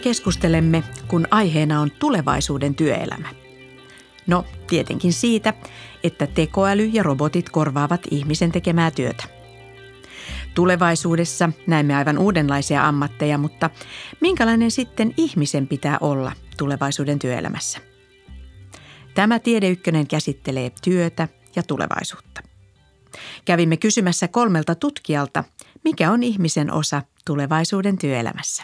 keskustelemme, kun aiheena on tulevaisuuden työelämä? No, tietenkin siitä, että tekoäly ja robotit korvaavat ihmisen tekemää työtä. Tulevaisuudessa näemme aivan uudenlaisia ammatteja, mutta minkälainen sitten ihmisen pitää olla tulevaisuuden työelämässä? Tämä Tiede Ykkönen käsittelee työtä ja tulevaisuutta. Kävimme kysymässä 3 tutkijalta, mikä on ihmisen osa tulevaisuuden työelämässä.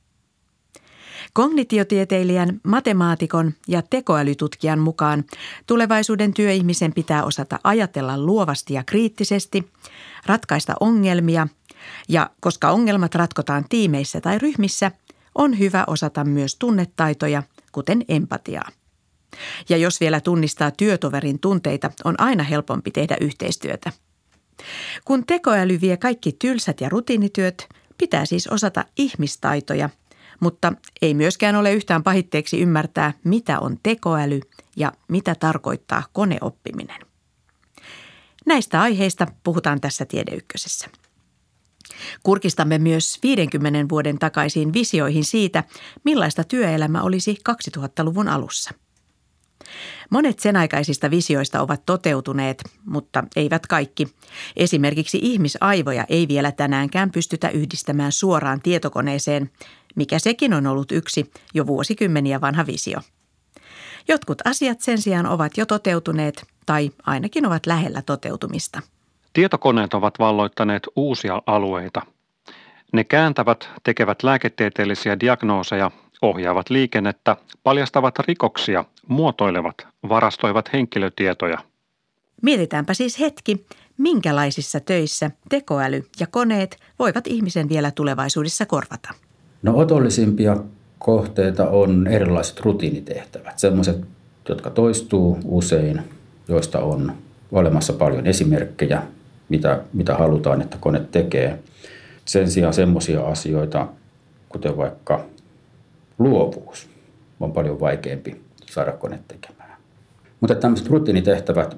Kognitiotieteilijän, matemaatikon ja tekoälytutkijan mukaan tulevaisuuden työihmisen pitää osata ajatella luovasti ja kriittisesti, ratkaista ongelmia ja koska ongelmat ratkotaan tiimeissä tai ryhmissä, on hyvä osata myös tunnetaitoja, kuten empatiaa. Ja jos vielä tunnistaa työtoverin tunteita, on aina helpompi tehdä yhteistyötä. Kun tekoäly vie kaikki tylsät ja rutiinityöt, pitää siis osata ihmistaitoja, mutta ei myöskään ole yhtään pahitteeksi ymmärtää, mitä on tekoäly ja mitä tarkoittaa koneoppiminen. Näistä aiheista puhutaan tässä Tiede Ykkösessä. Kurkistamme myös 50 vuoden takaisiin visioihin siitä, millaista työelämä olisi 2000-luvun alussa. Monet sen aikaisista visioista ovat toteutuneet, mutta eivät kaikki. Esimerkiksi ihmisaivoja ei vielä tänäänkään pystytä yhdistämään suoraan tietokoneeseen, mikä sekin on ollut yksi jo vuosikymmeniä vanha visio. Jotkut asiat sen sijaan ovat jo toteutuneet tai ainakin ovat lähellä toteutumista. Tietokoneet ovat valloittaneet uusia alueita. Ne kääntävät, tekevät lääketieteellisiä diagnooseja, ohjaavat liikennettä, paljastavat rikoksia, muotoilevat, varastoivat henkilötietoja. Mietitäänpä siis hetki, minkälaisissa töissä tekoäly ja koneet voivat ihmisen vielä tulevaisuudessa korvata. No otollisimpia kohteita on erilaiset rutiinitehtävät, sellaiset, jotka toistuu usein, joista on olemassa paljon esimerkkejä, mitä halutaan, että kone tekee. Sen sijaan semmoisia asioita, kuten vaikka luovuus, on paljon vaikeampi saada kone tekemään. Mutta tämmöiset rutiinitehtävät,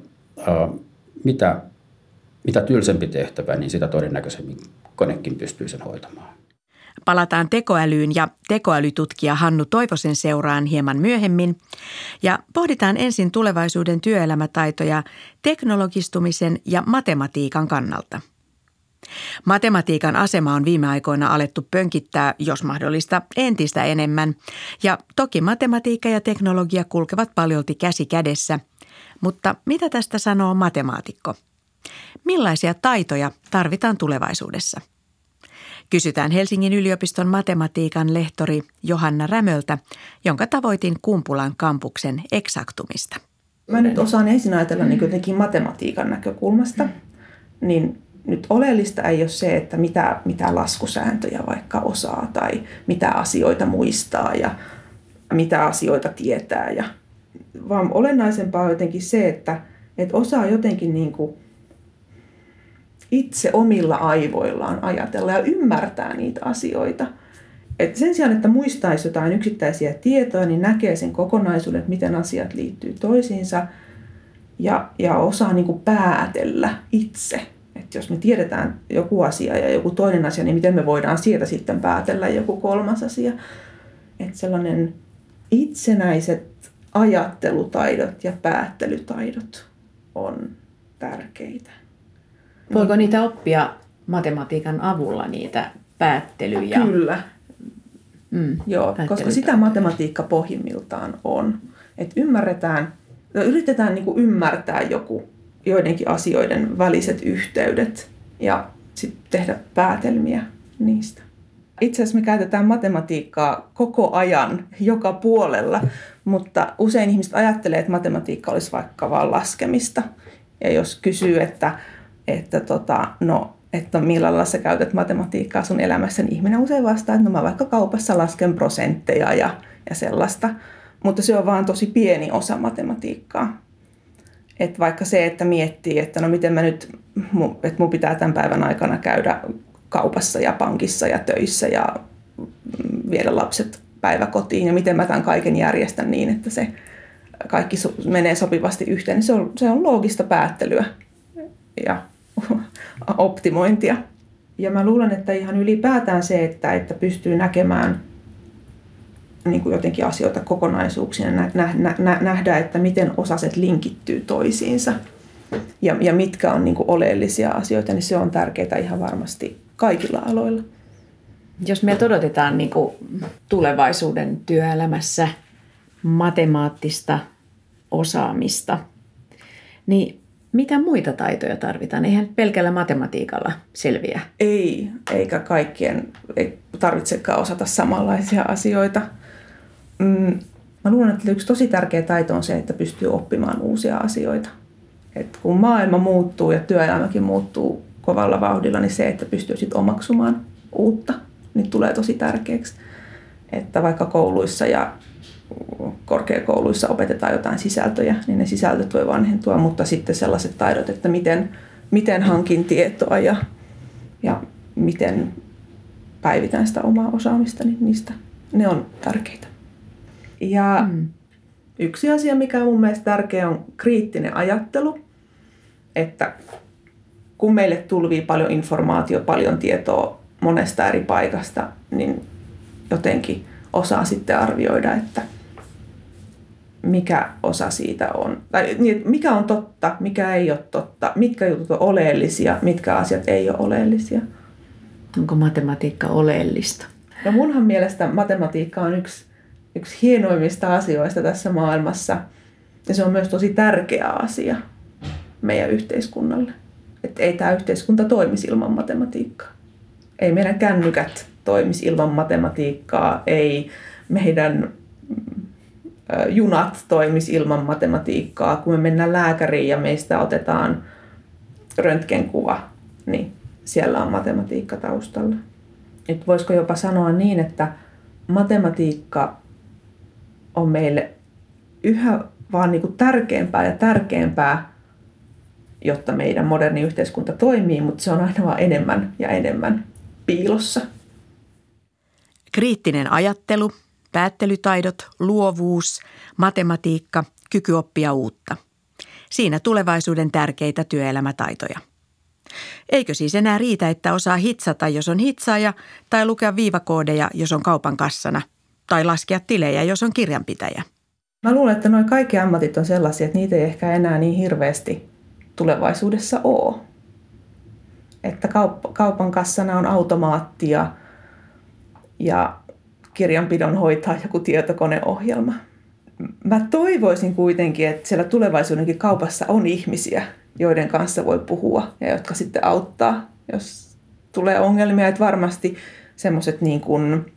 mitä tylsempi tehtävä, niin sitä todennäköisemmin konekin pystyy sen hoitamaan. Palataan tekoälyyn ja tekoälytutkija Hannu Toivosen seuraan hieman myöhemmin ja pohditaan ensin tulevaisuuden työelämätaitoja teknologistumisen ja matematiikan kannalta. Matematiikan asema on viime aikoina alettu pönkittää, jos mahdollista, entistä enemmän. Ja toki matematiikka ja teknologia kulkevat paljolti käsi kädessä. Mutta mitä tästä sanoo matemaatikko? Millaisia taitoja tarvitaan tulevaisuudessa? Kysytään Helsingin yliopiston matematiikan lehtori Johanna Rämöltä, jonka tavoitin Kumpulan kampuksen Exactumista. Mä nyt osaan ensin ajatella niin jotenkin matematiikan näkökulmasta, niin nyt oleellista ei ole se, että mitä laskusääntöjä vaikka osaa tai mitä asioita muistaa ja mitä asioita tietää. Vaan olennaisempaa on jotenkin se, että osaa jotenkin niin kuin itse omilla aivoillaan ajatella ja ymmärtää niitä asioita. Et sen sijaan, että muistaisi jotain yksittäisiä tietoja, niin näkee sen kokonaisuuden, että miten asiat liittyy toisiinsa ja osaa niin kuin päätellä itse. Että jos me tiedetään joku asia ja joku toinen asia, niin miten me voidaan sieltä sitten päätellä joku kolmas asia. Että sellainen itsenäiset ajattelutaidot ja päättelytaidot on tärkeitä. Voiko niitä oppia matematiikan avulla, niitä päättelyjä? Kyllä. Joo, koska sitä matematiikka pohjimmiltaan on. Että yritetään niin kuin ymmärtää joidenkin asioiden väliset yhteydet ja sitten tehdä päätelmiä niistä. Itse asiassa me käytetään matematiikkaa koko ajan, joka puolella, mutta usein ihmiset ajattelee, että matematiikka olisi vaikka vain laskemista. Ja jos kysyy, että millä lailla sä käytät matematiikkaa sun elämässä, niin ihminen usein vastaa, että mä vaikka kaupassa lasken prosentteja ja sellaista. Mutta se on vaan tosi pieni osa matematiikkaa. Että vaikka se, että miettii, että miten mä nyt, että mun pitää tämän päivän aikana käydä kaupassa ja pankissa ja töissä ja viedä lapset päiväkotiin ja miten mä tämän kaiken järjestän niin, että se kaikki menee sopivasti yhteen, niin se on loogista päättelyä ja optimointia. Ja mä luulen, että ihan ylipäätään se, että pystyy näkemään niin kuin jotenkin asioita kokonaisuuksina, nähdä, että miten osaset linkittyy toisiinsa ja mitkä on niin kuin oleellisia asioita, niin se on tärkeää ihan varmasti kaikilla aloilla. Jos me odotetaan niin kuin tulevaisuuden työelämässä matemaattista osaamista, niin mitä muita taitoja tarvitaan? Eihän pelkällä matematiikalla selviä. Ei, eikä kaikkien ei tarvitsekaan osata samanlaisia asioita. Mä luulen, että yksi tosi tärkeä taito on se, että pystyy oppimaan uusia asioita. Et kun maailma muuttuu ja työelämäkin muuttuu kovalla vauhdilla, niin se, että pystyy sit omaksumaan uutta, niin tulee tosi tärkeäksi. Että vaikka kouluissa ja korkeakouluissa opetetaan jotain sisältöjä, niin ne sisältöt voi vanhentua, mutta sitten sellaiset taidot, että miten hankin tietoa ja miten päivitän sitä omaa osaamista, niin niistä ne on tärkeitä. Ja yksi asia, mikä on mun mielestä tärkeä, on kriittinen ajattelu, että kun meille tulvii paljon informaatiota, paljon tietoa monesta eri paikasta, niin jotenkin osaa sitten arvioida, että mikä osa siitä on, tai mikä on totta, mikä ei ole totta, mitkä jutut on oleellisia, mitkä asiat ei ole oleellisia. Onko matematiikka oleellista? No munhan mielestä matematiikka on yksi hienoimmista asioista tässä maailmassa, ja se on myös tosi tärkeä asia meidän yhteiskunnalle. Että ei tämä yhteiskunta toimisi ilman matematiikkaa. Ei meidän kännykät toimisi ilman matematiikkaa, ei meidän junat toimisi ilman matematiikkaa. Kun me mennään lääkäriin ja meistä otetaan röntgenkuva, niin siellä on matematiikka taustalla. Nyt voisiko jopa sanoa niin, että matematiikka on meille yhä vaan niin kuin tärkeämpää ja tärkeämpää, jotta meidän moderni yhteiskunta toimii, mutta se on aina vaan enemmän ja enemmän piilossa. Kriittinen ajattelu, päättelytaidot, luovuus, matematiikka, kyky oppia uutta. Siinä tulevaisuuden tärkeitä työelämätaitoja. Eikö siis enää riitä, että osaa hitsata, jos on hitsaaja, tai lukea viivakoodeja, jos on kaupan kassana, tai laskea tilejä, jos on kirjanpitäjä? Mä luulen, että nuo kaikki ammatit on sellaisia, että niitä ei ehkä enää niin hirveästi tulevaisuudessa ole. Että kaupan kassana on automaatti ja kirjanpidon hoitaa joku tietokoneohjelma. Mä toivoisin kuitenkin, että siellä tulevaisuudenkin kaupassa on ihmisiä, joiden kanssa voi puhua ja jotka sitten auttaa, jos tulee ongelmia. Että varmasti semmoiset niin kuin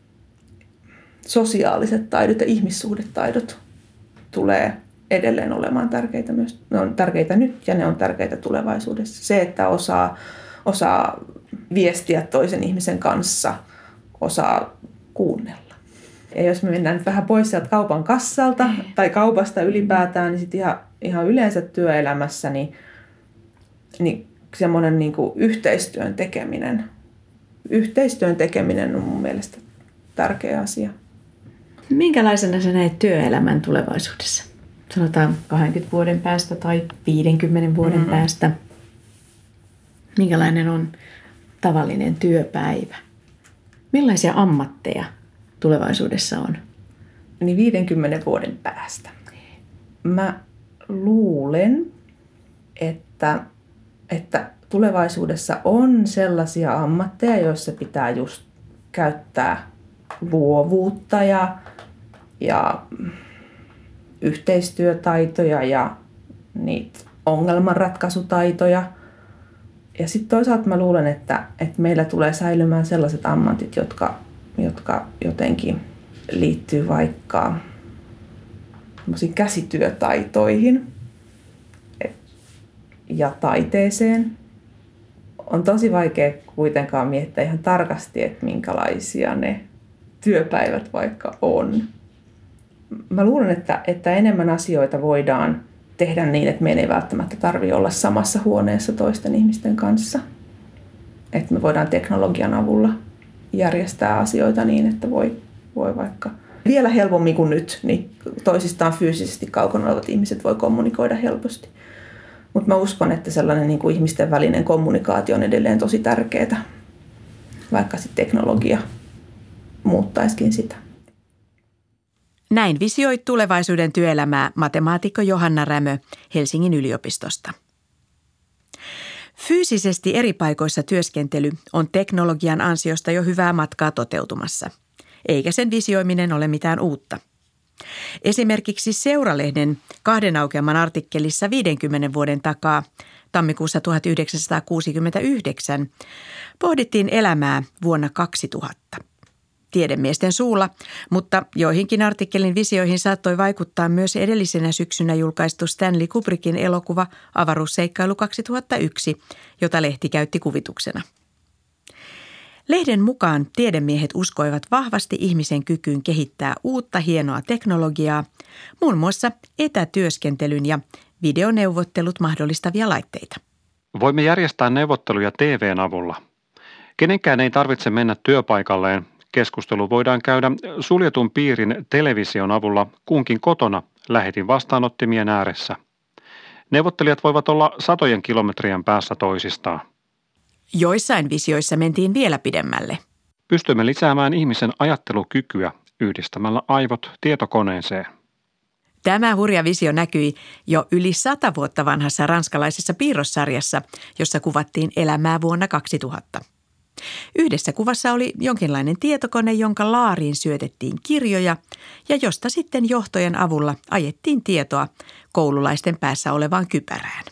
sosiaaliset taidot ja ihmissuhdetaidot tulee edelleen olemaan tärkeitä myös. Ne on tärkeitä nyt ja ne on tärkeitä tulevaisuudessa. Se, että osaa viestiä toisen ihmisen kanssa, osaa kuunnella. Ja jos me mennään nyt vähän pois sieltä kaupan kassalta tai kaupasta ylipäätään, niin sitten ihan yleensä työelämässä niin semmoinen niin kuin yhteistyön tekeminen on mun mielestä tärkeä asia. Minkälaisena sä näet työelämän tulevaisuudessa? Sanotaan 20 vuoden päästä tai 50 vuoden päästä. Minkälainen on tavallinen työpäivä? Millaisia ammatteja tulevaisuudessa on? Niin 50 vuoden päästä. Mä luulen, että tulevaisuudessa on sellaisia ammatteja, joissa pitää just käyttää luovuutta ja yhteistyötaitoja ja niitä ongelmanratkaisutaitoja. Ja sitten toisaalta mä luulen, että meillä tulee säilymään sellaiset ammatit, jotka jotenkin liittyy vaikka käsityötaitoihin ja taiteeseen. On tosi vaikea kuitenkaan miettiä ihan tarkasti, että minkälaisia ne työpäivät vaikka on. Mä luulen, että enemmän asioita voidaan tehdä niin, että meidän ei välttämättä tarvitse olla samassa huoneessa toisten ihmisten kanssa. Että me voidaan teknologian avulla järjestää asioita niin, että voi vaikka vielä helpommin kuin nyt, niin toisistaan fyysisesti kaukana olevat ihmiset voi kommunikoida helposti. Mutta mä uskon, että sellainen niin kuin ihmisten välinen kommunikaatio on edelleen tosi tärkeää, vaikka sitten teknologia muuttaisikin sitä. Näin visioi tulevaisuuden työelämää matemaatikko Johanna Rämö Helsingin yliopistosta. Fyysisesti eri paikoissa työskentely on teknologian ansiosta jo hyvää matkaa toteutumassa, eikä sen visioiminen ole mitään uutta. Esimerkiksi Seuralehden 2 aukeaman artikkelissa 50 vuoden takaa tammikuussa 1969 pohdittiin elämää vuonna 2000. Tiedemiesten suulla, mutta joihinkin artikkelin visioihin saattoi vaikuttaa myös edellisenä syksynä julkaistu Stanley Kubrickin elokuva Avaruusseikkailu 2001, jota lehti käytti kuvituksena. Lehden mukaan tiedemiehet uskoivat vahvasti ihmisen kykyyn kehittää uutta hienoa teknologiaa, muun muassa etätyöskentelyn ja videoneuvottelut mahdollistavia laitteita. Voimme järjestää neuvotteluja TV:n avulla. Kenenkään ei tarvitse mennä työpaikalleen. Keskustelu voidaan käydä suljetun piirin television avulla kunkin kotona lähetin vastaanottimien ääressä. Neuvottelijat voivat olla satojen kilometrien päässä toisistaan. Joissain visioissa mentiin vielä pidemmälle. Pystymme lisäämään ihmisen ajattelukykyä yhdistämällä aivot tietokoneeseen. Tämä hurja visio näkyi jo yli 100 vuotta vanhassa ranskalaisessa piirrossarjassa, jossa kuvattiin elämää vuonna 2000. Yhdessä kuvassa oli jonkinlainen tietokone, jonka laariin syötettiin kirjoja ja josta sitten johtojen avulla ajettiin tietoa koululaisten päässä olevaan kypärään.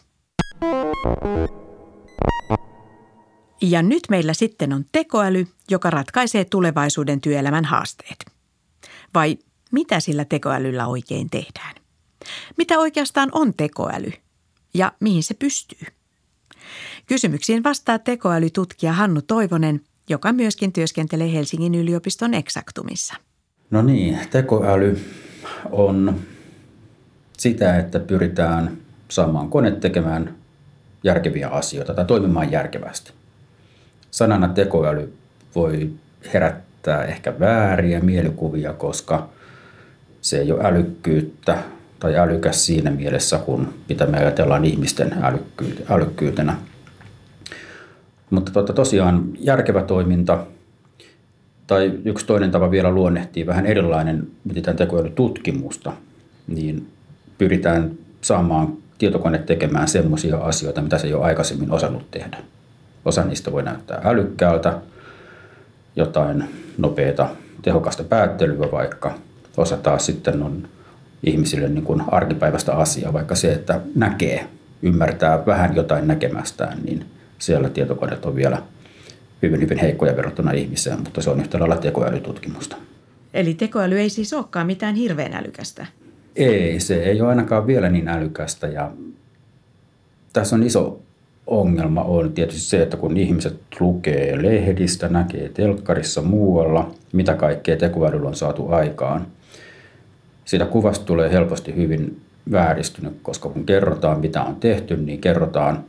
Ja nyt meillä sitten on tekoäly, joka ratkaisee tulevaisuuden työelämän haasteet. Vai mitä sillä tekoälyllä oikein tehdään? Mitä oikeastaan on tekoäly ja mihin se pystyy? Kysymyksiin vastaa tekoälytutkija Hannu Toivonen, joka myöskin työskentelee Helsingin yliopiston Exactumissa. No niin, tekoäly on sitä, että pyritään saamaan kone tekemään järkeviä asioita tai toimimaan järkevästi. Sanana tekoäly voi herättää ehkä vääriä mielikuvia, koska se ei ole älykkyyttä tai älykäs siinä mielessä, kun mitä me ajatellaan ihmisten älykkyytenä. Mutta tosiaan järkevä toiminta tai yksi toinen tapa vielä luonnehtii vähän erilainen, mietitään tekoälytutkimusta, niin pyritään saamaan tietokone tekemään semmoisia asioita, mitä se ei ole aikaisemmin osannut tehdä. Osa niistä voi näyttää älykkäältä, jotain nopeata, tehokasta päättelyä vaikka. Osa taas sitten on ihmisille niin kuin arkipäiväistä asiaa, vaikka se, että ymmärtää vähän jotain näkemästään, niin siellä tietokoneet on vielä hyvin heikkoja verrattuna ihmiseen, mutta se on yhtä lailla tekoälytutkimusta. Eli tekoäly ei siis olekaan mitään hirveän älykästä? Ei, se ei ole ainakaan vielä niin älykästä. Ja tässä on iso ongelma on tietysti se, että kun ihmiset lukee lehdistä, näkee telkkarissa muualla, mitä kaikkea tekoälyllä on saatu aikaan, siitä kuvasta tulee helposti hyvin vääristynyt, koska kun kerrotaan, mitä on tehty, niin kerrotaan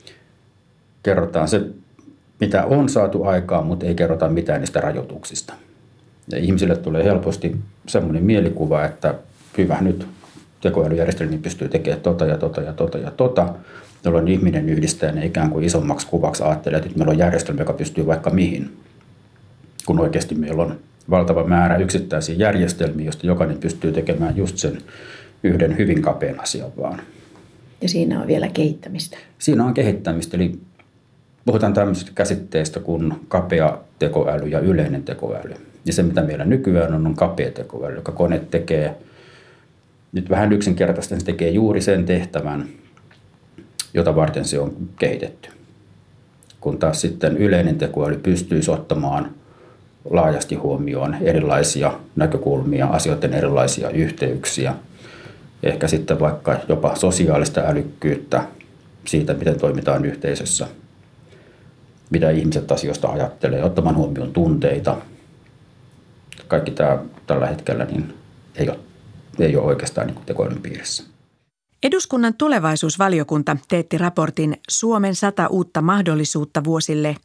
se, mitä on saatu aikaan, mutta ei kerrota mitään niistä rajoituksista. Ja ihmisille tulee helposti semmoinen mielikuva, että hyvä, nyt tekoälyjärjestelmä pystyy tekemään tota, jolloin ihminen yhdistää ne ikään kuin isommaksi kuvaksi ajattelee, että meillä on järjestelmä, joka pystyy vaikka mihin. Kun oikeasti meillä on valtava määrä yksittäisiä järjestelmiä, joista jokainen pystyy tekemään just sen yhden hyvin kapean asian vaan. Ja siinä on vielä kehittämistä. Siinä on kehittämistä, eli puhutaan tämmöisistä käsitteistä kuin kapea tekoäly ja yleinen tekoäly. Ja se, mitä meillä nykyään on kapea tekoäly, joka kone tekee, nyt vähän yksinkertaisesti se tekee juuri sen tehtävän, jota varten se on kehitetty. Kun taas sitten yleinen tekoäly pystyisi ottamaan laajasti huomioon erilaisia näkökulmia, asioiden erilaisia yhteyksiä, ehkä sitten vaikka jopa sosiaalista älykkyyttä siitä, miten toimitaan yhteisössä, mitä ihmiset asioista ajattelee, ottamaan huomioon tunteita. Kaikki tämä tällä hetkellä niin ei ole oikeastaan niin kuin tekoälyn piirissä. Eduskunnan tulevaisuusvaliokunta teetti raportin Suomen 100 uutta mahdollisuutta vuosille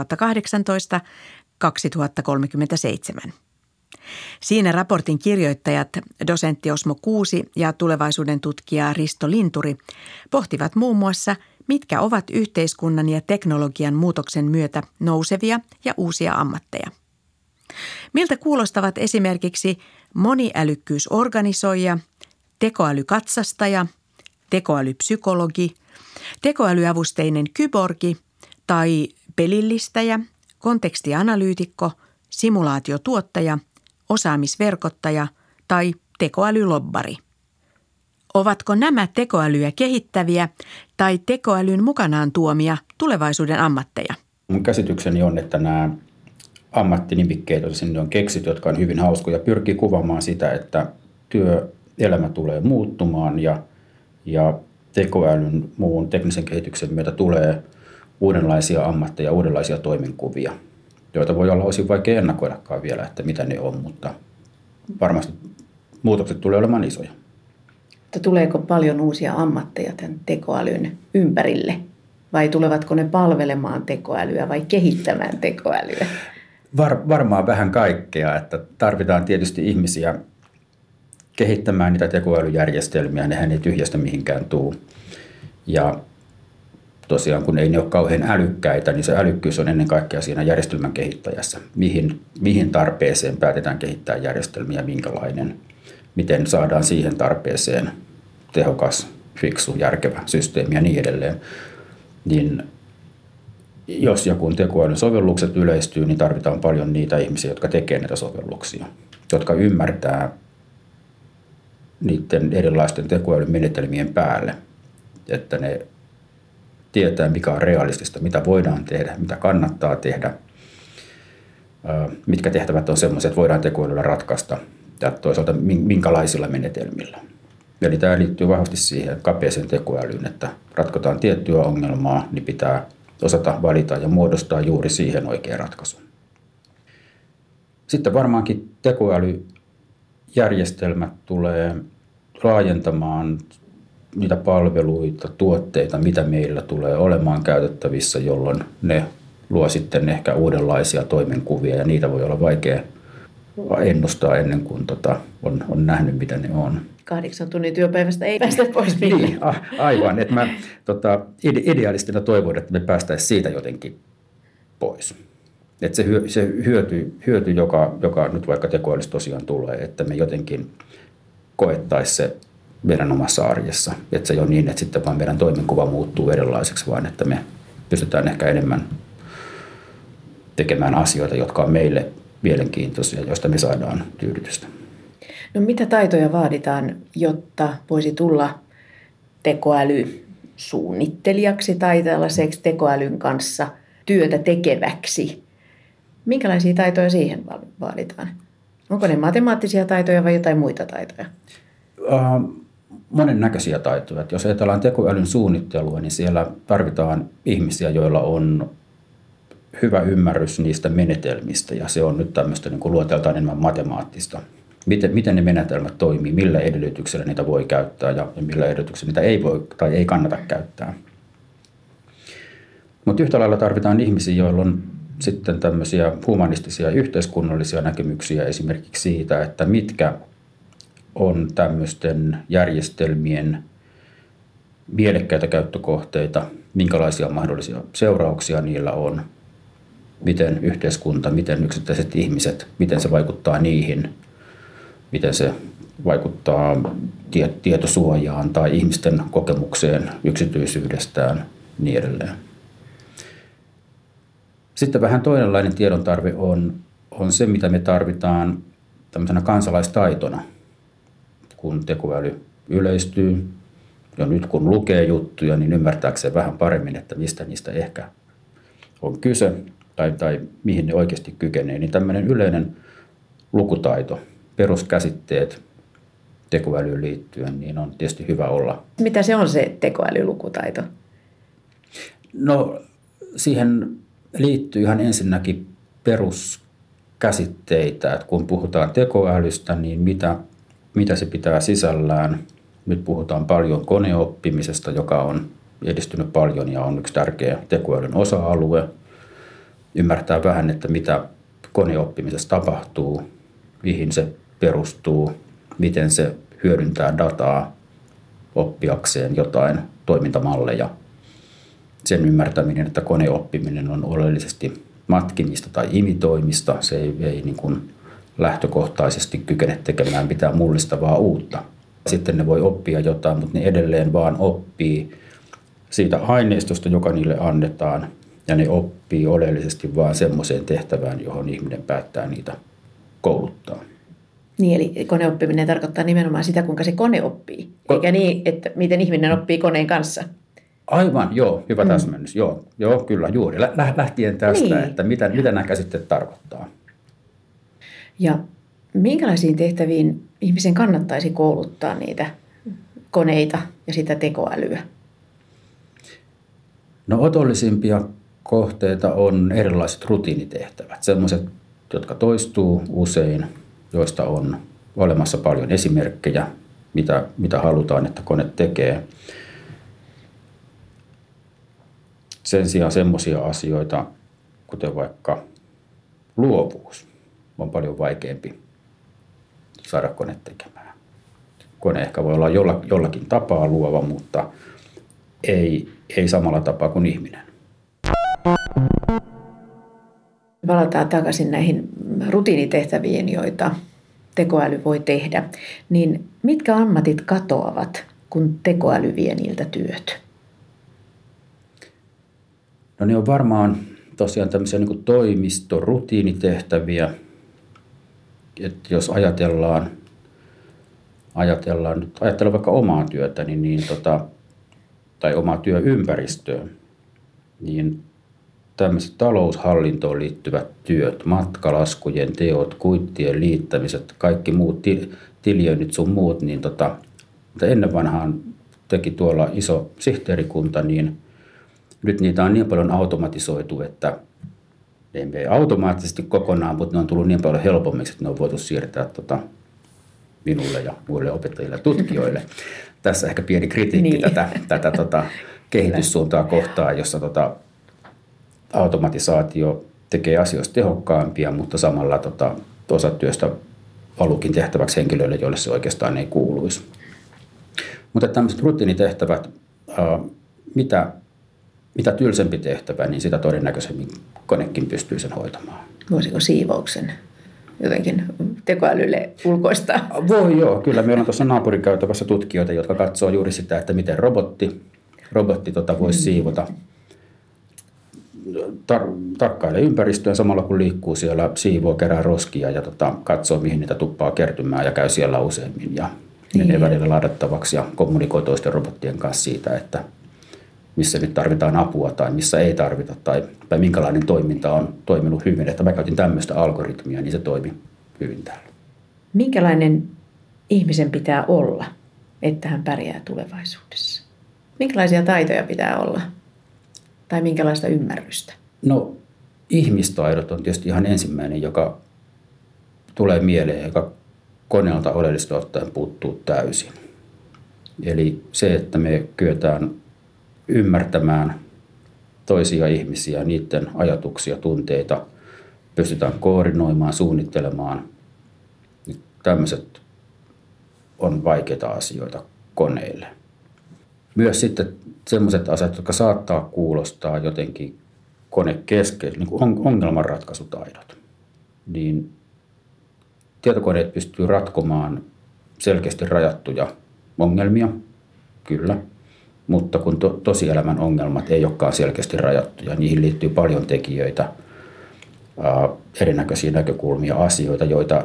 2018-2037. Siinä raportin kirjoittajat, dosentti Osmo Kuusi ja tulevaisuuden tutkija Risto Linturi pohtivat muun muassa, mitkä ovat yhteiskunnan ja teknologian muutoksen myötä nousevia ja uusia ammatteja. Miltä kuulostavat esimerkiksi moniälykkyysorganisoija, tekoälykatsastaja, tekoälypsykologi, tekoälyavusteinen kyborgi tai pelillistäjä, kontekstianalyytikko, simulaatiotuottaja, osaamisverkottaja tai tekoälylobbari? Ovatko nämä tekoälyä kehittäviä tai tekoälyn mukanaan tuomia tulevaisuuden ammatteja? Mun käsitykseni on, että nämä ammattinimikkeet, joita sinne on keksitty, jotka on hyvin hauskoja, pyrkii kuvaamaan sitä, että työelämä tulee muuttumaan ja tekoälyn muun teknisen kehityksen myötä tulee uudenlaisia ammatteja, uudenlaisia toimenkuvia, joita voi olla osin vaikea ennakoidakaan vielä, että mitä ne on, mutta varmasti muutokset tulee olemaan isoja. Tuleeko paljon uusia ammatteja tämän tekoälyn ympärille? Vai tulevatko ne palvelemaan tekoälyä vai kehittämään tekoälyä? Varmaan vähän kaikkea, että tarvitaan tietysti ihmisiä kehittämään niitä tekoälyjärjestelmiä, nehän ei tyhjästä mihinkään tule. Ja tosiaan kun ei ne ole kauhean älykkäitä, niin se älykkyys on ennen kaikkea siinä järjestelmän kehittäjässä. Mihin tarpeeseen päätetään kehittää järjestelmiä, minkälainen, miten saadaan siihen tarpeeseen tehokas, fiksu, järkevä systeemi ja niin edelleen. Niin jos ja kun tekoälyn sovellukset yleistyy, niin tarvitaan paljon niitä ihmisiä, jotka tekee näitä sovelluksia, jotka ymmärtää niiden erilaisten tekoälyn menetelmien päälle, että ne tietää, mikä on realistista, mitä voidaan tehdä, mitä kannattaa tehdä, mitkä tehtävät on sellaiset, että voidaan tekoälyllä ratkaista ja toisaalta minkälaisilla menetelmillä. Eli tämä liittyy vahvasti siihen kapeaseen tekoälyyn, että ratkotaan tiettyä ongelmaa, niin pitää osata valita ja muodostaa juuri siihen oikea ratkaisu. Sitten varmaankin tekoälyjärjestelmät tulee laajentamaan niitä palveluita, tuotteita, mitä meillä tulee olemaan käytettävissä, jolloin ne luo sitten ehkä uudenlaisia toimenkuvia ja niitä voi olla vaikea ennustaa ennen kuin on nähnyt, mitä ne on. 8 tunnin työpäivästä ei päästä pois millään. Niin, aivan. Että mä idealistina toivon, että me päästäisiin siitä jotenkin pois. Että se hyöty joka nyt vaikka tekoälystä tosiaan tulee, että me jotenkin koettaisiin se meidän omassa arjessa. Että se ei ole niin, että sitten vaan meidän toimenkuva muuttuu erilaiseksi, vaan että me pystytään ehkä enemmän tekemään asioita, jotka on meille mielenkiintoisia, joista me saadaan tyydytystä. No mitä taitoja vaaditaan, jotta voisi tulla tekoälysuunnittelijaksi tai tällaiseksi tekoälyn kanssa työtä tekeväksi? Minkälaisia taitoja siihen vaaditaan? Onko ne matemaattisia taitoja vai jotain muita taitoja? Monennäköisiä taitoja. Jos ajatellaan tekoälyn suunnittelua, niin siellä tarvitaan ihmisiä, joilla on hyvä ymmärrys niistä menetelmistä, ja se on nyt tämmöistä niin kuin luonteeltaan enemmän matemaattista. Miten ne menetelmät toimii, millä edellytyksellä niitä voi käyttää ja millä edellytyksellä niitä ei voi tai ei kannata käyttää. Mutta yhtä lailla tarvitaan ihmisiä, joilla on sitten tämmöisiä humanistisia ja yhteiskunnallisia näkemyksiä esimerkiksi siitä, että mitkä on tämmöisten järjestelmien mielekkäitä käyttökohteita, minkälaisia mahdollisia seurauksia niillä on, miten yhteiskunta, miten yksittäiset ihmiset, miten se vaikuttaa niihin, miten se vaikuttaa tietosuojaan tai ihmisten kokemukseen yksityisyydestään niin edelleen. Sitten vähän toinenlainen tiedon tarve on se, mitä me tarvitaan tämmöisenä kansalaistaitona, kun tekoäly yleistyy. Ja nyt kun lukee juttuja, niin ymmärtääkseen vähän paremmin, että mistä niistä ehkä on kyse tai mihin ne oikeasti kykenee. Niin tämmöinen yleinen lukutaito, peruskäsitteet tekoälyyn liittyen, niin on tietysti hyvä olla. Mitä se on se tekoälylukutaito? No siihen liittyy ihan ensinnäkin peruskäsitteitä, että kun puhutaan tekoälystä, niin mitä se pitää sisällään. Nyt puhutaan paljon koneoppimisesta, joka on edistynyt paljon ja on yksi tärkeä tekoälyn osa-alue. Ymmärtää vähän, että mitä koneoppimisessa tapahtuu, mihin se perustuu, miten se hyödyntää dataa oppiakseen jotain toimintamalleja. Sen ymmärtäminen, että koneoppiminen on oleellisesti matkimista tai imitoimista. Se ei niin kuin lähtökohtaisesti kykene tekemään mitään mullistavaa uutta. Sitten ne voi oppia jotain, mutta ne edelleen vaan oppii siitä aineistosta, joka niille annetaan. Ja ne oppii oleellisesti vaan semmoiseen tehtävään, johon ihminen päättää niitä kouluttaa. Niin, eli koneoppiminen tarkoittaa nimenomaan sitä, kuinka se kone oppii, eikä niin, että miten ihminen oppii koneen kanssa. Aivan, joo, hyvä täsmennys. Joo, kyllä, juuri. Lähtien tästä, niin. Että mitä nämä käsitteet tarkoittaa. Ja minkälaisiin tehtäviin ihmisen kannattaisi kouluttaa niitä koneita ja sitä tekoälyä? No otollisimpia kohteita on erilaiset rutiinitehtävät, sellaiset, jotka toistuu usein, joista on olemassa paljon esimerkkejä, mitä halutaan, että kone tekee. Sen sijaan semmoisia asioita, kuten vaikka luovuus, on paljon vaikeampi saada kone tekemään. Kone ehkä voi olla jollakin tapaa luova, mutta ei samalla tapaa kuin ihminen. Palataan takaisin näihin rutiinitehtäviin, joita tekoäly voi tehdä. Niin mitkä ammatit katoavat, kun tekoäly vie niiltä työt? No ne on varmaan tosiaan tämmöisiä niin kuin toimistorutiinitehtäviä. Että jos ajatellaan vaikka omaa työtäni, tai omaa työympäristöä, niin tämmöiset taloushallintoon liittyvät työt, matkalaskujen teot, kuittien liittämiset, kaikki muut tiljöinnit sun muut, niin mutta ennen vanhaan teki tuolla iso sihteerikunta, niin nyt niitä on niin paljon automatisoitu, että ne ei mene automaattisesti kokonaan, mutta ne on tullut niin paljon helpommiksi, että ne on voitu siirtää minulle ja muille opettajille ja tutkijoille. Tässä ehkä pieni kritiikki niin. tätä kehityssuuntaa kohtaan, jossa automatisaatio tekee asioista tehokkaampia, mutta samalla osa työstä valuukin tehtäväksi henkilöille, joille se oikeastaan ei kuuluisi. Mutta tämmöiset rutiinitehtävät, mitä tylsempi tehtävä, niin sitä todennäköisemmin konekin pystyy sen hoitamaan. Voisiko siivouksen jotenkin tekoälylle ulkoistaa? Voi joo, kyllä. Meillä on tuossa naapurikäytävässä tutkijoita, jotka katsoo juuri sitä, että miten robotti voisi siivota. Tarkkailee ympäristöä samalla kun liikkuu siellä, siivoo, kerää roskia ja katsoo mihin niitä tuppaa kertymään ja käy siellä useammin ja menee välillä ladattavaksi ja kommunikoi toisten robottien kanssa siitä, että missä nyt tarvitaan apua tai missä ei tarvita tai minkälainen toiminta on toiminut hyvin. Että mä käytin tämmöistä algoritmia, niin se toimi hyvin täällä. Minkälainen ihmisen pitää olla, että hän pärjää tulevaisuudessa? Minkälaisia taitoja pitää olla? Tai minkälaista ymmärrystä? No ihmistaidot on tietysti ihan ensimmäinen, joka tulee mieleen, joka koneelta oleellisesti ottaen puuttuu täysin. Eli se, että me kyetään ymmärtämään toisia ihmisiä, niiden ajatuksia, tunteita, pystytään koordinoimaan, suunnittelemaan. Tämmöiset on vaikeita asioita koneille. Myös sitten sellaiset asiat, jotka saattaa kuulostaa jotenkin konekeskeisille, niin kuin ongelmanratkaisutaidot. Niin tietokoneet pystyy ratkomaan selkeästi rajattuja ongelmia, kyllä. Mutta kun tosielämän ongelmat ei olekaan selkeästi rajattuja, niihin liittyy paljon tekijöitä, erinäköisiä näkökulmia, asioita, joita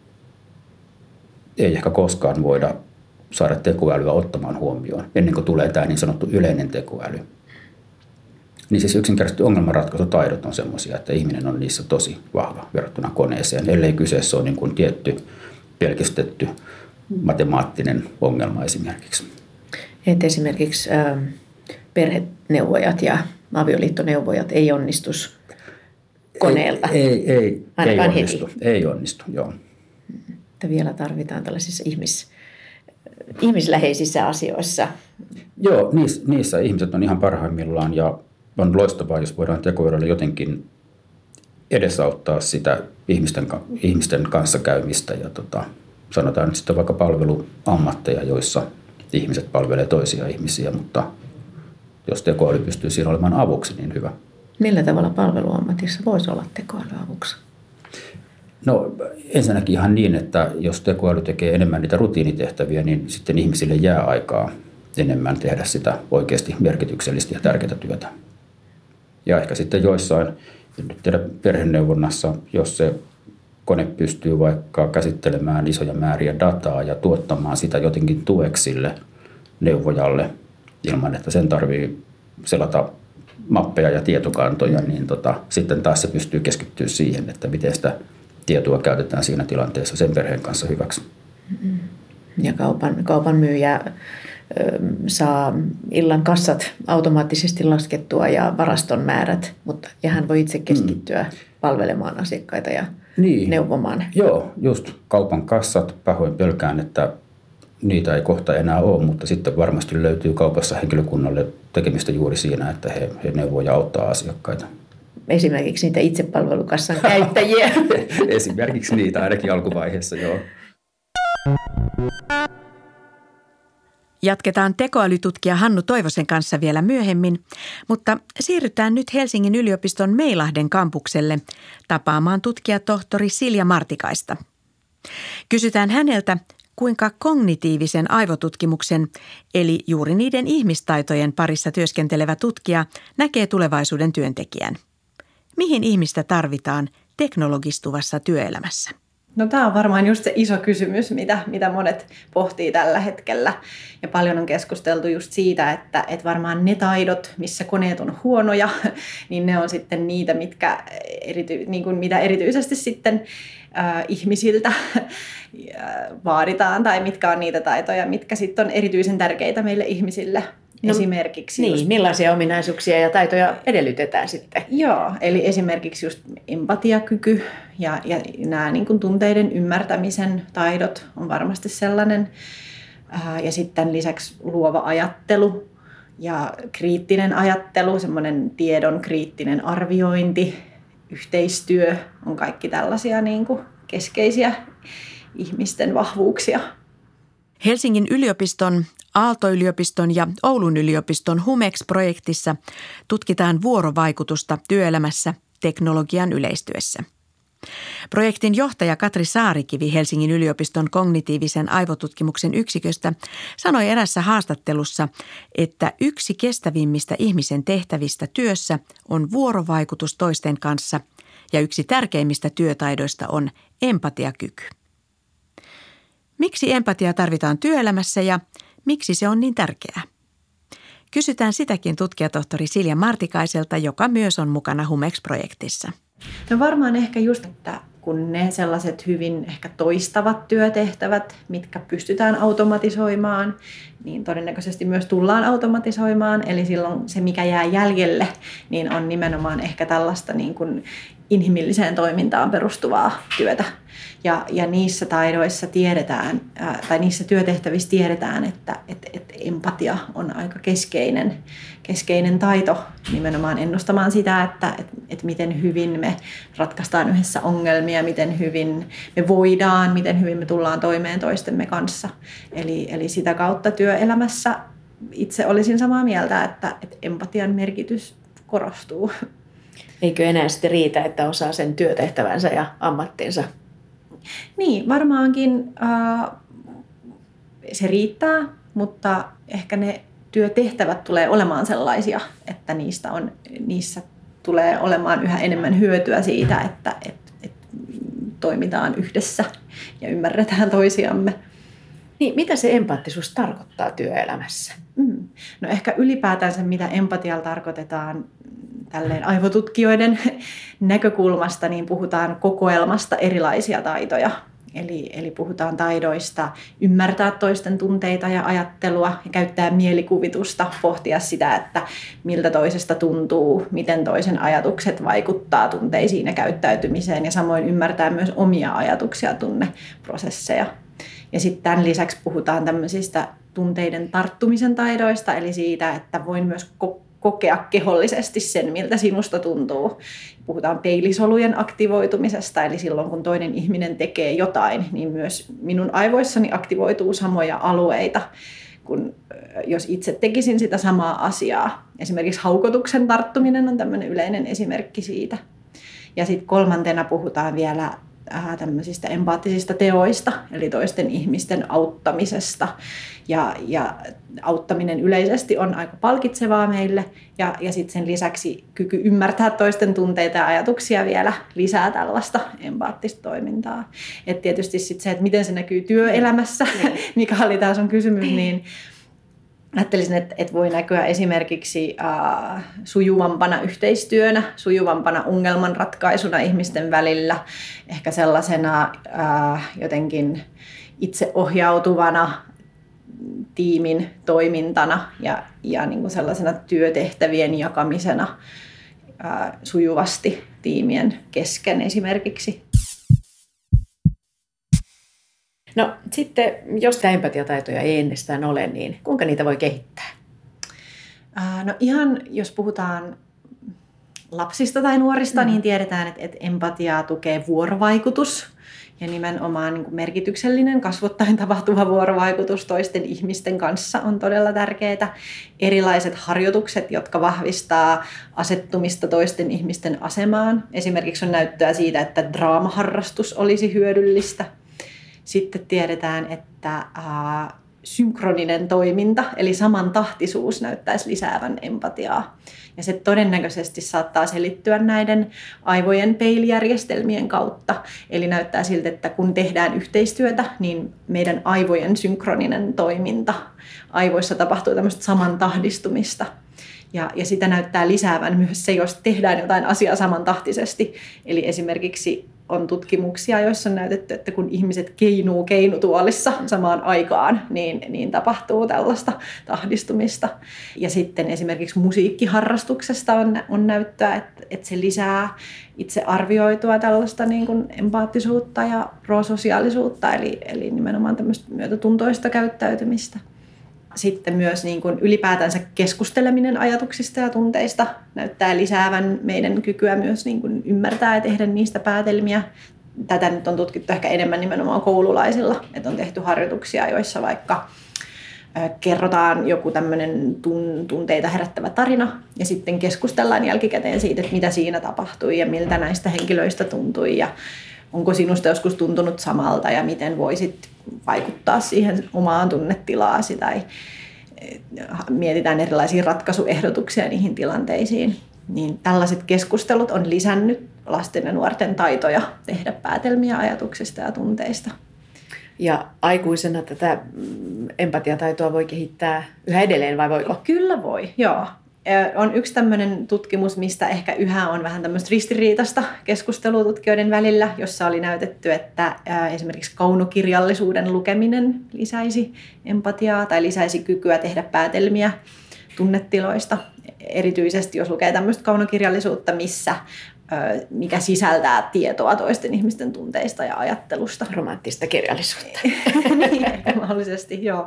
ei ehkä koskaan voida saada tekoälyä ottamaan huomioon, ennen kuin tulee tämä niin sanottu yleinen tekoäly. Niin siis yksinkertaisesti ongelmanratkaisutaidot on semmoisia, että ihminen on niissä tosi vahva verrattuna koneeseen, ellei kyseessä ole niin kuin tietty pelkistetty matemaattinen ongelma esimerkiksi. Että esimerkiksi perheneuvojat ja avioliittoneuvojat ei onnistus koneelta? Ei onnistu. Ei onnistu, joo. Että vielä tarvitaan tällaisissa ihmisläheisissä asioissa. Joo, niissä ihmiset on ihan parhaimmillaan ja on loistavaa, jos voidaan tekoälyllä jotenkin edesauttaa sitä ihmisten kanssakäymistä ja sanotaan nyt sitten vaikka palveluammatteja, joissa ihmiset palvelee toisia ihmisiä, mutta jos tekoäly pystyy siinä olemaan avuksi, niin hyvä. Millä tavalla palveluammatissa voisi olla tekoälyavuksi? No ensinnäkin ihan niin, että jos tekoäly tekee enemmän niitä rutiinitehtäviä, niin sitten ihmisille jää aikaa enemmän tehdä sitä oikeasti merkityksellistä ja tärkeää työtä. Ja ehkä sitten joissain, nyt tehdä perheneuvonnassa, jos se kone pystyy vaikka käsittelemään isoja määriä dataa ja tuottamaan sitä jotenkin tueksi sille neuvojalle ilman, että sen tarvii selata mappeja ja tietokantoja, niin sitten taas se pystyy keskittyä siihen, että miten sitä tietoa käytetään siinä tilanteessa sen perheen kanssa hyväksi. Ja kaupan myyjä saa illan kassat automaattisesti laskettua ja varaston määrät, ja hän voi itse keskittyä palvelemaan asiakkaita ja neuvomaan. Joo, just kaupan kassat, pahoin pelkään, että niitä ei kohta enää ole, mutta sitten varmasti löytyy kaupassa henkilökunnalle tekemistä juuri siinä, että he neuvoo ja auttaa asiakkaita. Esimerkiksi niitä itsepalvelukassan käyttäjiä. Esimerkiksi niitä ainakin alkuvaiheessa, joo. Jatketaan tekoälytutkija Hannu Toivosen kanssa vielä myöhemmin, mutta siirrytään nyt Helsingin yliopiston Meilahden kampukselle tapaamaan tutkijatohtori Silja Martikaista. Kysytään häneltä, kuinka kognitiivisen aivotutkimuksen, eli juuri niiden ihmistaitojen parissa työskentelevä tutkija näkee tulevaisuuden työntekijän. Mihin ihmistä tarvitaan teknologistuvassa työelämässä? No tämä on varmaan just se iso kysymys, mitä monet pohtii tällä hetkellä. Ja paljon on keskusteltu just siitä, että varmaan ne taidot, missä koneet on huonoja, niin ne on sitten niitä, mitä erityisesti sitten ihmisiltä vaaditaan, tai mitkä on niitä taitoja, mitkä sitten on erityisen tärkeitä meille ihmisille. Esimerkiksi niin, millaisia ominaisuuksia ja taitoja edellytetään sitten? Joo, eli esimerkiksi just empatiakyky ja nämä niin kuin tunteiden ymmärtämisen taidot on varmasti sellainen. Ja sitten lisäksi luova ajattelu ja kriittinen ajattelu, semmoinen tiedon kriittinen arviointi, yhteistyö on kaikki tällaisia niin kuin keskeisiä ihmisten vahvuuksia. Helsingin yliopiston, Aalto-yliopiston ja Oulun yliopiston HUMEX-projektissa tutkitaan vuorovaikutusta työelämässä teknologian yleistyessä. Projektin johtaja Katri Saarikivi Helsingin yliopiston kognitiivisen aivotutkimuksen yksiköstä sanoi erässä haastattelussa, että yksi kestävimmistä ihmisen tehtävistä työssä on vuorovaikutus toisten kanssa ja yksi tärkeimmistä työtaidoista on empatiakyky. Miksi empatiaa tarvitaan työelämässä ja miksi se on niin tärkeää? Kysytään sitäkin tutkijatohtori Silja Martikaiselta, joka myös on mukana HUMEX-projektissa. No varmaan ehkä just, että kun ne sellaiset hyvin ehkä toistavat työtehtävät, mitkä pystytään automatisoimaan, niin todennäköisesti myös tullaan automatisoimaan. Eli silloin se, mikä jää jäljelle, niin on nimenomaan ehkä tällaista niin kuin inhimilliseen toimintaan perustuvaa työtä. Ja niissä taidoissa tiedetään, tai niissä työtehtävissä tiedetään, että empatia on aika keskeinen taito nimenomaan ennustamaan sitä, että miten hyvin me ratkaistaan yhdessä ongelmia, miten hyvin me voidaan, miten hyvin me tullaan toimeen toistemme kanssa. Eli sitä kautta työelämässä itse olisin samaa mieltä, että empatian merkitys korostuu. Eikö enää sitten riitä, että osaa sen työtehtävänsä ja ammattinsa? Niin, varmaankin se riittää, mutta ehkä ne työtehtävät tulee olemaan sellaisia, että niissä tulee olemaan yhä enemmän hyötyä siitä, että toimitaan yhdessä ja ymmärretään toisiamme. Niin, mitä se empaattisuus tarkoittaa työelämässä? No ehkä ylipäätään se, mitä empatialla tarkoitetaan tälleen aivotutkijoiden näkökulmasta, niin puhutaan kokoelmasta erilaisia taitoja. Eli puhutaan taidoista ymmärtää toisten tunteita ja ajattelua ja käyttää mielikuvitusta, pohtia sitä, että miltä toisesta tuntuu, miten toisen ajatukset vaikuttaa tunteisiin ja käyttäytymiseen ja samoin ymmärtää myös omia ajatuksia, tunneprosesseja. Ja sitten tämän lisäksi puhutaan tämmöisistä tunteiden tarttumisen taidoista, eli siitä, että voin myös kokea kehollisesti sen, miltä sinusta tuntuu. Puhutaan peilisolujen aktivoitumisesta, eli silloin kun toinen ihminen tekee jotain, niin myös minun aivoissani aktivoituu samoja alueita kun jos itse tekisin sitä samaa asiaa. Esimerkiksi haukotuksen tarttuminen on tämmöinen yleinen esimerkki siitä. Ja sitten kolmantena puhutaan vielä tämmöisistä empaattisista teoista, eli toisten ihmisten auttamisesta. Ja auttaminen yleisesti on aika palkitsevaa meille, ja sitten sen lisäksi kyky ymmärtää toisten tunteita ja ajatuksia vielä lisää tällaista empaattista toimintaa. Et tietysti sitten se, että miten se näkyy työelämässä, mikä oli taas on kysymys, niin ajattelisin, että voi näkyä esimerkiksi sujuvampana yhteistyönä, sujuvampana ongelmanratkaisuna ihmisten välillä, ehkä sellaisena jotenkin itseohjautuvana tiimin toimintana ja niin kuin sellaisena työtehtävien jakamisena sujuvasti tiimien kesken esimerkiksi. No sitten, jos tämä empatiataitoja ei ennestään ole, niin kuinka niitä voi kehittää? No ihan, jos puhutaan lapsista tai nuorista, niin tiedetään, että empatiaa tukee vuorovaikutus. Ja nimenomaan niin kuin merkityksellinen kasvottain tapahtuva vuorovaikutus toisten ihmisten kanssa on todella tärkeää. Erilaiset harjoitukset, jotka vahvistaa asettumista toisten ihmisten asemaan. Esimerkiksi on näyttöä siitä, että draamaharrastus olisi hyödyllistä. Sitten tiedetään, että synkroninen toiminta, eli samantahtisuus näyttäisi lisäävän empatiaa. Ja se todennäköisesti saattaa selittyä näiden aivojen peilijärjestelmien kautta. Eli näyttää siltä, että kun tehdään yhteistyötä, niin meidän aivojen synkroninen toiminta, aivoissa tapahtuu tämmöistä samantahdistumista. Ja sitä näyttää lisäävän myös se, jos tehdään jotain asiaa samantahtisesti. Eli esimerkiksi on tutkimuksia, joissa on näytetty, että kun ihmiset keinuu keinutuolissa samaan aikaan, niin tapahtuu tällaista tahdistumista. Ja sitten esimerkiksi musiikkiharrastuksesta on näyttöä, että se lisää itse arvioitua tällaista niin kuin empaattisuutta ja prososiaalisuutta, eli nimenomaan tämmöistä myötätuntoista käyttäytymistä. Sitten myös niin kuin ylipäätänsä keskusteleminen ajatuksista ja tunteista näyttää lisäävän meidän kykyä myös niin kuin ymmärtää ja tehdä niistä päätelmiä. Tätä nyt on tutkittu ehkä enemmän nimenomaan koululaisilla, että on tehty harjoituksia, joissa vaikka kerrotaan joku tämmöinen tunteita herättävä tarina ja sitten keskustellaan jälkikäteen siitä, että mitä siinä tapahtui ja miltä näistä henkilöistä tuntui ja onko sinusta joskus tuntunut samalta ja miten voisit vaikuttaa siihen omaan tunnetilaasi tai mietitään erilaisia ratkaisuehdotuksia niihin tilanteisiin. Niin tällaiset keskustelut on lisännyt lasten ja nuorten taitoja tehdä päätelmiä ajatuksista ja tunteista. Ja aikuisena tätä empatiataitoa voi kehittää yhä edelleen, vai voiko? Kyllä voi, joo. On yksi tämmöinen tutkimus, mistä ehkä yhä on vähän tämmöistä ristiriitasta keskustelua tutkijoiden välillä, jossa oli näytetty, että esimerkiksi kaunokirjallisuuden lukeminen lisäisi empatiaa tai lisäisi kykyä tehdä päätelmiä tunnetiloista. Erityisesti jos lukee tämmöistä kaunokirjallisuutta, mikä sisältää tietoa toisten ihmisten tunteista ja ajattelusta. Romanttista kirjallisuutta. Niin, mahdollisesti, joo.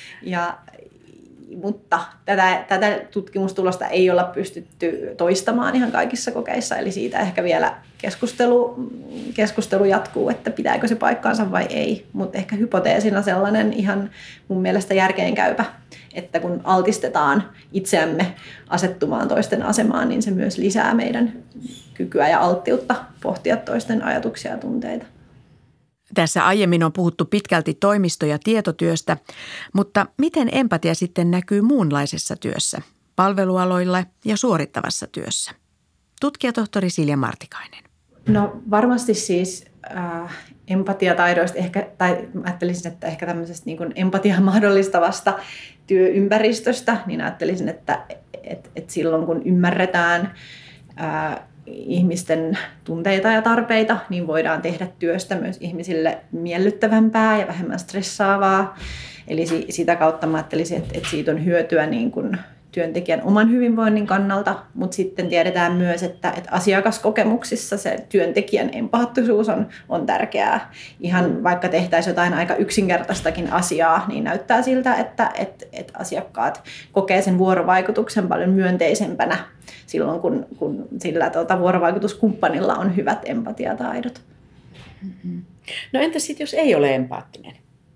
Mutta tätä tutkimustulosta ei olla pystytty toistamaan ihan kaikissa kokeissa, eli siitä ehkä vielä keskustelu jatkuu, että pitääkö se paikkaansa vai ei. Mutta ehkä hypoteesina sellainen ihan mun mielestä järkeenkäypä, että kun altistetaan itseämme asettumaan toisten asemaan, niin se myös lisää meidän kykyä ja alttiutta pohtia toisten ajatuksia ja tunteita. Tässä aiemmin on puhuttu pitkälti toimisto- ja tietotyöstä, mutta miten empatia sitten näkyy muunlaisessa työssä, palvelualoilla ja suorittavassa työssä? Tutkijatohtori Silja Martikainen. No varmasti siis empatiataidoista ehkä, tai ajattelisin, että ehkä tämmöisestä niin kuin empatiaa mahdollistavasta työympäristöstä, niin ajattelisin, että silloin kun ymmärretään ihmisten tunteita ja tarpeita, niin voidaan tehdä työstä myös ihmisille miellyttävämpää ja vähemmän stressaavaa. Eli sitä kautta mä ajattelisin, että siitä on hyötyä niin kuin työntekijän oman hyvinvoinnin kannalta, mutta sitten tiedetään myös, että asiakaskokemuksissa se työntekijän empaattisuus on tärkeää. Ihan vaikka tehtäisiin jotain aika yksinkertaistakin asiaa, niin näyttää siltä, että asiakkaat kokee sen vuorovaikutuksen paljon myönteisempänä silloin, kun sillä vuorovaikutuskumppanilla on hyvät empatiataidot. No entä sitten, jos ei ole empaattinen?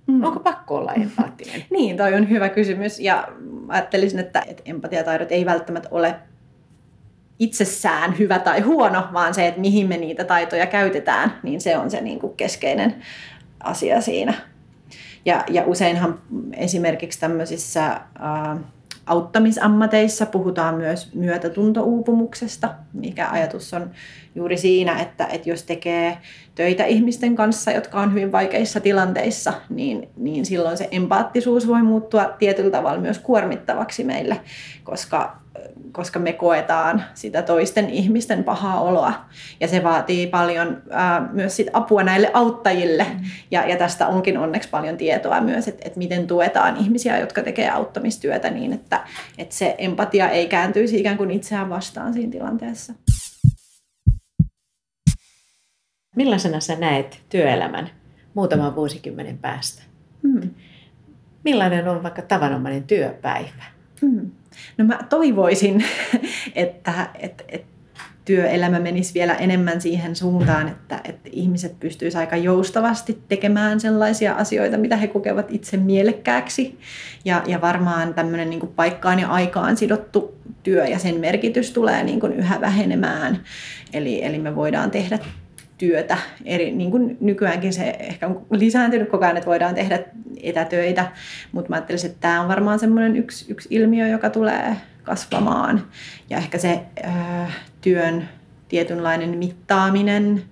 Onko pakko olla empaattinen? Niin, toi on hyvä kysymys ja ajattelisin, että empatiataidot ei välttämättä ole itsessään hyvä tai huono, vaan se, että mihin me niitä taitoja käytetään, niin se on se niin kuin keskeinen asia siinä. Ja useinhan esimerkiksi tämmöisissä auttamisammateissa puhutaan myös myötätuntouupumuksesta, mikä ajatus on juuri siinä, että jos tekee töitä ihmisten kanssa, jotka on hyvin vaikeissa tilanteissa, niin silloin se empaattisuus voi muuttua tietyllä tavalla myös kuormittavaksi meille, koska me koetaan sitä toisten ihmisten pahaa oloa. Ja se vaatii paljon myös sit apua näille auttajille. Ja tästä onkin onneksi paljon tietoa myös, että miten tuetaan ihmisiä, jotka tekee auttamistyötä niin, että se empatia ei kääntyisi ikään kuin itseään vastaan siinä tilanteessa. Millaisena sä näet työelämän muutaman vuosikymmenen päästä? Millainen on vaikka tavanomainen työpäivä? No mä toivoisin, että työelämä menisi vielä enemmän siihen suuntaan, että ihmiset pystyisivät aika joustavasti tekemään sellaisia asioita, mitä he kokevat itse mielekkääksi. Ja varmaan tämmöinen niin kuin paikkaan ja aikaan sidottu työ ja sen merkitys tulee niin kuin yhä vähenemään. Eli me voidaan tehdä työtä. Niin kuin nykyäänkin se ehkä on lisääntynyt koko ajan, että voidaan tehdä etätöitä, mutta mä ajattelisin, että tämä on varmaan semmoinen yksi ilmiö, joka tulee kasvamaan. Ja ehkä se työn tietynlainen mittaaminen,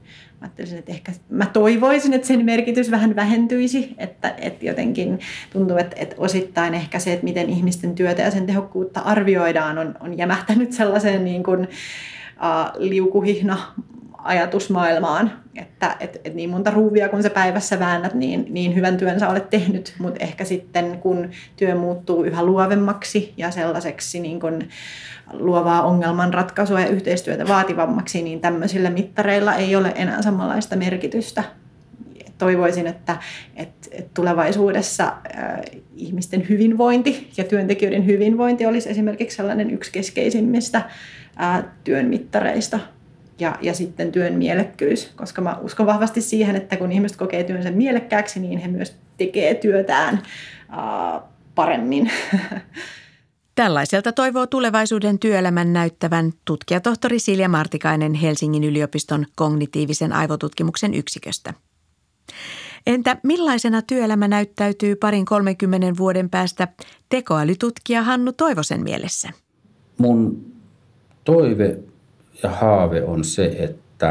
mä toivoisin, että sen merkitys vähän vähentyisi, että jotenkin tuntuu, että osittain ehkä se, että miten ihmisten työtä ja sen tehokkuutta arvioidaan, on jämähtänyt sellaiseen niin kuin liukuhihna ajatusmaailmaan, että niin monta ruuvia kun sä päivässä väännät, niin hyvän työn sä olet tehnyt, mutta ehkä sitten kun työ muuttuu yhä luovemmaksi ja sellaiseksi niin kuin luovaa ongelmanratkaisua ja yhteistyötä vaativammaksi, niin tämmöisillä mittareilla ei ole enää samanlaista merkitystä. Toivoisin, että tulevaisuudessa ihmisten hyvinvointi ja työntekijöiden hyvinvointi olisi esimerkiksi sellainen yksi keskeisimmistä työn mittareista. Ja sitten työn mielekkyys, koska mä uskon vahvasti siihen, että kun ihmiset kokee työnsä mielekkääksi, niin he myös tekee työtään paremmin. Tällaiselta toivoo tulevaisuuden työelämän näyttävän tutkijatohtori Silja Martikainen Helsingin yliopiston kognitiivisen aivotutkimuksen yksiköstä. Entä millaisena työelämä näyttäytyy 20-30 vuoden päästä tekoälytutkija Hannu Toivosen mielessä? Mun toive ja haave on se, että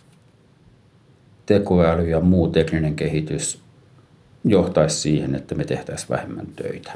tekoäly ja muu tekninen kehitys johtaisi siihen, että me tehtäisiin vähemmän töitä.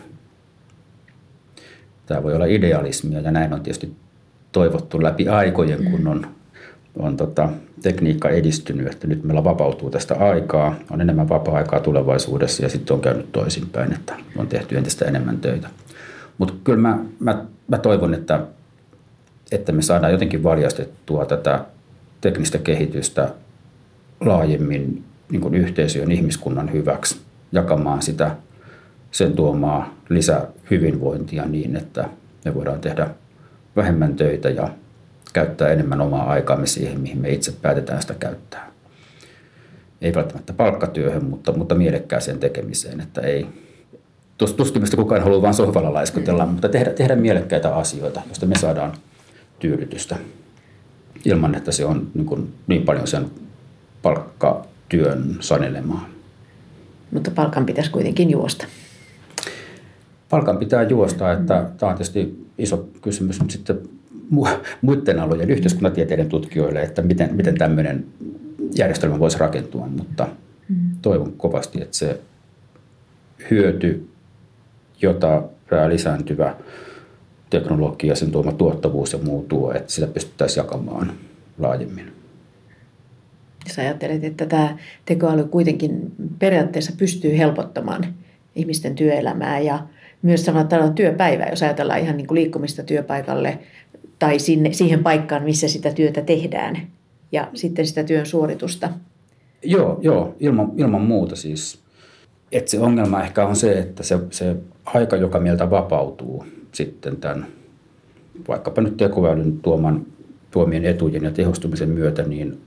Tämä voi olla idealismia ja näin on tietysti toivottu läpi aikojen, kun on tekniikka edistynyt, että nyt meillä vapautuu tästä aikaa, on enemmän vapaa-aikaa tulevaisuudessa ja sitten on käynyt toisinpäin, että on tehty entistä enemmän töitä. Mutta kyllä mä toivon, että me saadaan jotenkin valjastettua tätä teknistä kehitystä laajemmin niin kuin yhteisöjen ihmiskunnan hyväksi, jakamaan sitä sen tuomaa lisähyvinvointia niin, että me voidaan tehdä vähemmän töitä ja käyttää enemmän omaa aikaamme siihen, mihin me itse päätetään sitä käyttää. Ei välttämättä palkkatyöhön, mutta mielekkääseen tekemiseen, että ei tuskin mistä kukaan haluaa vain sohvalla laiskutella, mutta tehdä mielekkäitä asioita, joista me saadaan tyydytystä ilman, että se on niin paljon sen palkkatyön sanelemaa. Mutta palkan pitäisi kuitenkin juosta. Palkan pitää juosta, että tämä on tietysti iso kysymys nyt sitten muiden alojen yhteiskuntatieteiden tutkijoille, että miten tämmöinen järjestelmä voisi rakentua, mutta toivon kovasti, että se hyöty, jota lisääntyvä teknologia, sen tuoma tuottavuus ja muu tuo, että sitä pystyttäisiin jakamaan laajemmin. Jos ajattelet, että tämä tekoäly kuitenkin periaatteessa pystyy helpottamaan ihmisten työelämää ja myös sanotaan työpäivää, jos ajatellaan ihan niin kuin liikkumista työpaikalle tai siihen paikkaan, missä sitä työtä tehdään ja sitten sitä työn suoritusta. Joo, ilman muuta siis. Että se ongelma ehkä on se, että se aika, joka meiltä vapautuu sitten tämän vaikkapa nyt tekoälyn tuomien etujen ja tehostumisen myötä, niin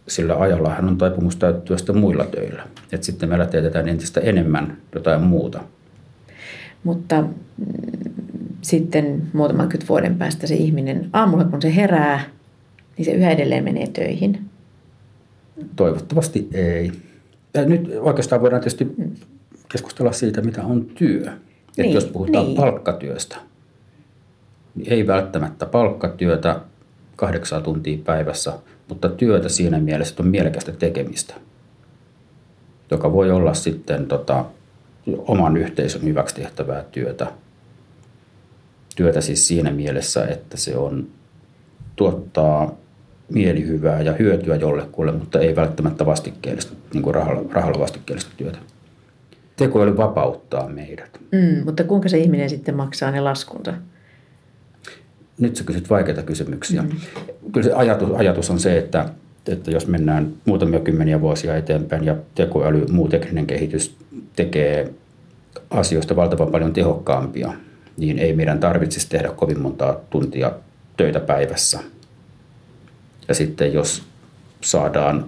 sillä ajallahan on taipumus täyttyä sitä muilla töillä. Et sitten meillä teetetään entistä enemmän jotain muuta. Mutta sitten muutaman vuoden päästä se ihminen aamulla, kun se herää, niin se yhä edelleen menee töihin. Toivottavasti ei. Ja nyt oikeastaan voidaan tietysti keskustella siitä, mitä on työ. Että jos puhutaan palkkatyöstä, niin ei välttämättä palkkatyötä 8 tuntia päivässä, mutta työtä siinä mielessä, että on mielekästä tekemistä, joka voi olla sitten oman yhteisön hyväksi tehtävää työtä. Työtä siis siinä mielessä, että se tuottaa mielihyvää ja hyötyä jollekulle, mutta ei välttämättä vastikkeellista, niin kuin rahalla vastikkeellista työtä. Tekoäly vapauttaa meidät. Mutta kuinka se ihminen sitten maksaa ne laskunsa? Nyt sä kysyt vaikeita kysymyksiä. Kyllä se ajatus on se, että jos mennään muutamia kymmeniä vuosia eteenpäin ja tekoäly, muu tekninen kehitys tekee asioista valtavan paljon tehokkaampia, niin ei meidän tarvitsisi tehdä kovin montaa tuntia töitä päivässä. Ja sitten jos saadaan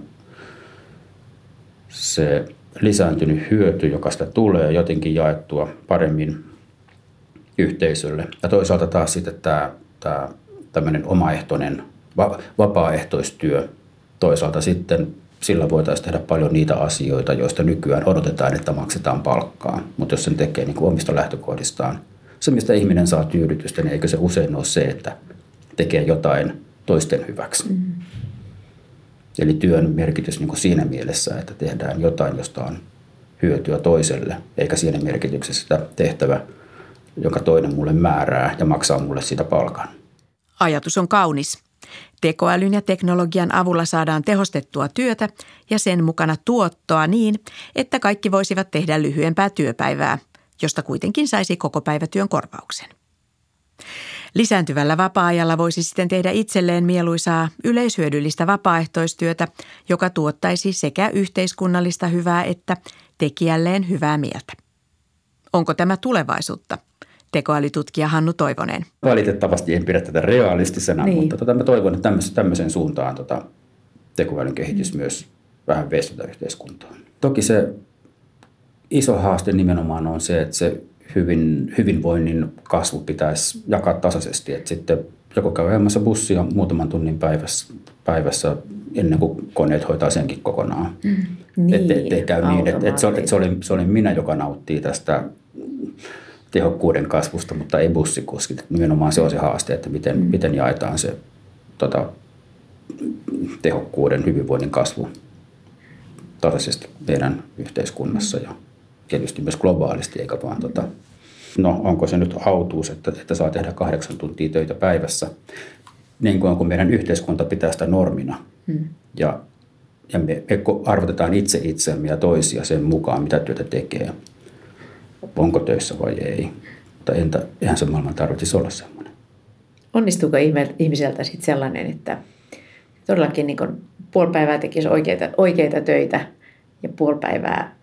se lisääntynyt hyöty, joka sitä tulee, jotenkin jaettua paremmin yhteisölle. Ja toisaalta taas sitten tämä tämmöinen omaehtoinen, vapaaehtoistyö. Toisaalta sitten sillä voitaisiin tehdä paljon niitä asioita, joista nykyään odotetaan, että maksetaan palkkaa. Mutta jos sen tekee niin kuin omista lähtökohdistaan, se mistä ihminen saa tyydytystä, niin eikö se usein ole se, että tekee jotain toisten hyväksi. Eli työn merkitys niin kuin siinä mielessä, että tehdään jotain, josta on hyötyä toiselle, eikä siinä merkityksessä sitä tehtävä, jonka toinen mulle määrää ja maksaa mulle siitä palkan. Ajatus on kaunis. Tekoälyn ja teknologian avulla saadaan tehostettua työtä ja sen mukana tuottoa niin, että kaikki voisivat tehdä lyhyempää työpäivää, josta kuitenkin saisi kokopäivätyön korvauksen. Lisääntyvällä vapaa-ajalla voisi sitten tehdä itselleen mieluisaa yleishyödyllistä vapaaehtoistyötä, joka tuottaisi sekä yhteiskunnallista hyvää että tekijälleen hyvää mieltä. Onko tämä tulevaisuutta? Tekoälytutkija Hannu Toivonen. Valitettavasti en pidä tätä realistisena, mutta mä toivon, että tämmöisen suuntaan tekoälyn kehitys myös vähän veisi tätä yhteiskuntaa. Toki se iso haaste nimenomaan on se, että se hyvinvoinnin kasvu pitäisi jakaa tasaisesti. Että sitten joko käy ajamassa bussia muutaman tunnin päivässä ennen kuin koneet hoitaa senkin kokonaan. Ettei käy niin, että se oli minä, joka nauttii tästä tehokkuuden kasvusta, mutta ei bussikuskit. Nimenomaan se on se haaste, että miten jaetaan se tehokkuuden, hyvinvoinnin kasvu tasaisesti meidän yhteiskunnassa ja tietysti myös globaalisti, eikä vaan onko se nyt autuus, että saa tehdä 8 tuntia töitä päivässä, niin kuin meidän yhteiskunta pitää sitä normina. Ja me arvotetaan itse itseämme ja toisia sen mukaan, mitä työtä tekee. Onko töissä vai ei. Mutta eihän se maailman tarvitsisi olla semmoinen. Onnistuuko ihmiseltä sitten sellainen, että todellakin niin puoli päivää tekisi oikeita töitä ja puoli päivää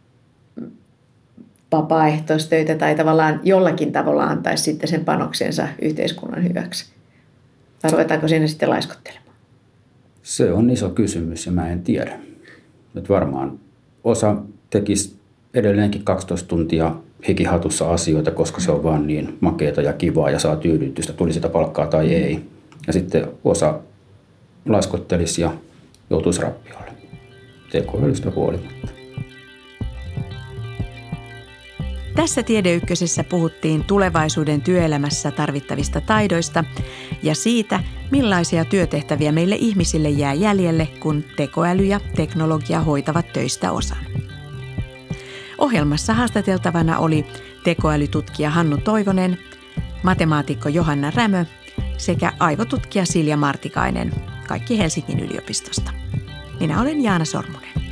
vapaaehtoistöitä tai tavallaan jollakin tavalla antaisi sitten sen panoksensa yhteiskunnan hyväksi? Vai ruvetaanko siinä sitten laiskottelemaan? Se on iso kysymys ja mä en tiedä. Nyt varmaan osa tekisi edelleenkin 12 tuntia hikihatussa asioita, koska se on vaan niin makeata ja kivaa ja saa tyydytystä, tuli sitä palkkaa tai ei. Ja sitten osa laiskottelisi ja joutuisi rappiolle. Tekoälystä huolimatta. Tässä Tiede Ykkösessä puhuttiin tulevaisuuden työelämässä tarvittavista taidoista ja siitä, millaisia työtehtäviä meille ihmisille jää jäljelle, kun tekoäly ja teknologia hoitavat töistä osan. Ohjelmassa haastateltavana oli tekoälytutkija Hannu Toivonen, matemaatikko Johanna Rämö sekä aivotutkija Silja Martikainen, kaikki Helsingin yliopistosta. Minä olen Jaana Sormunen.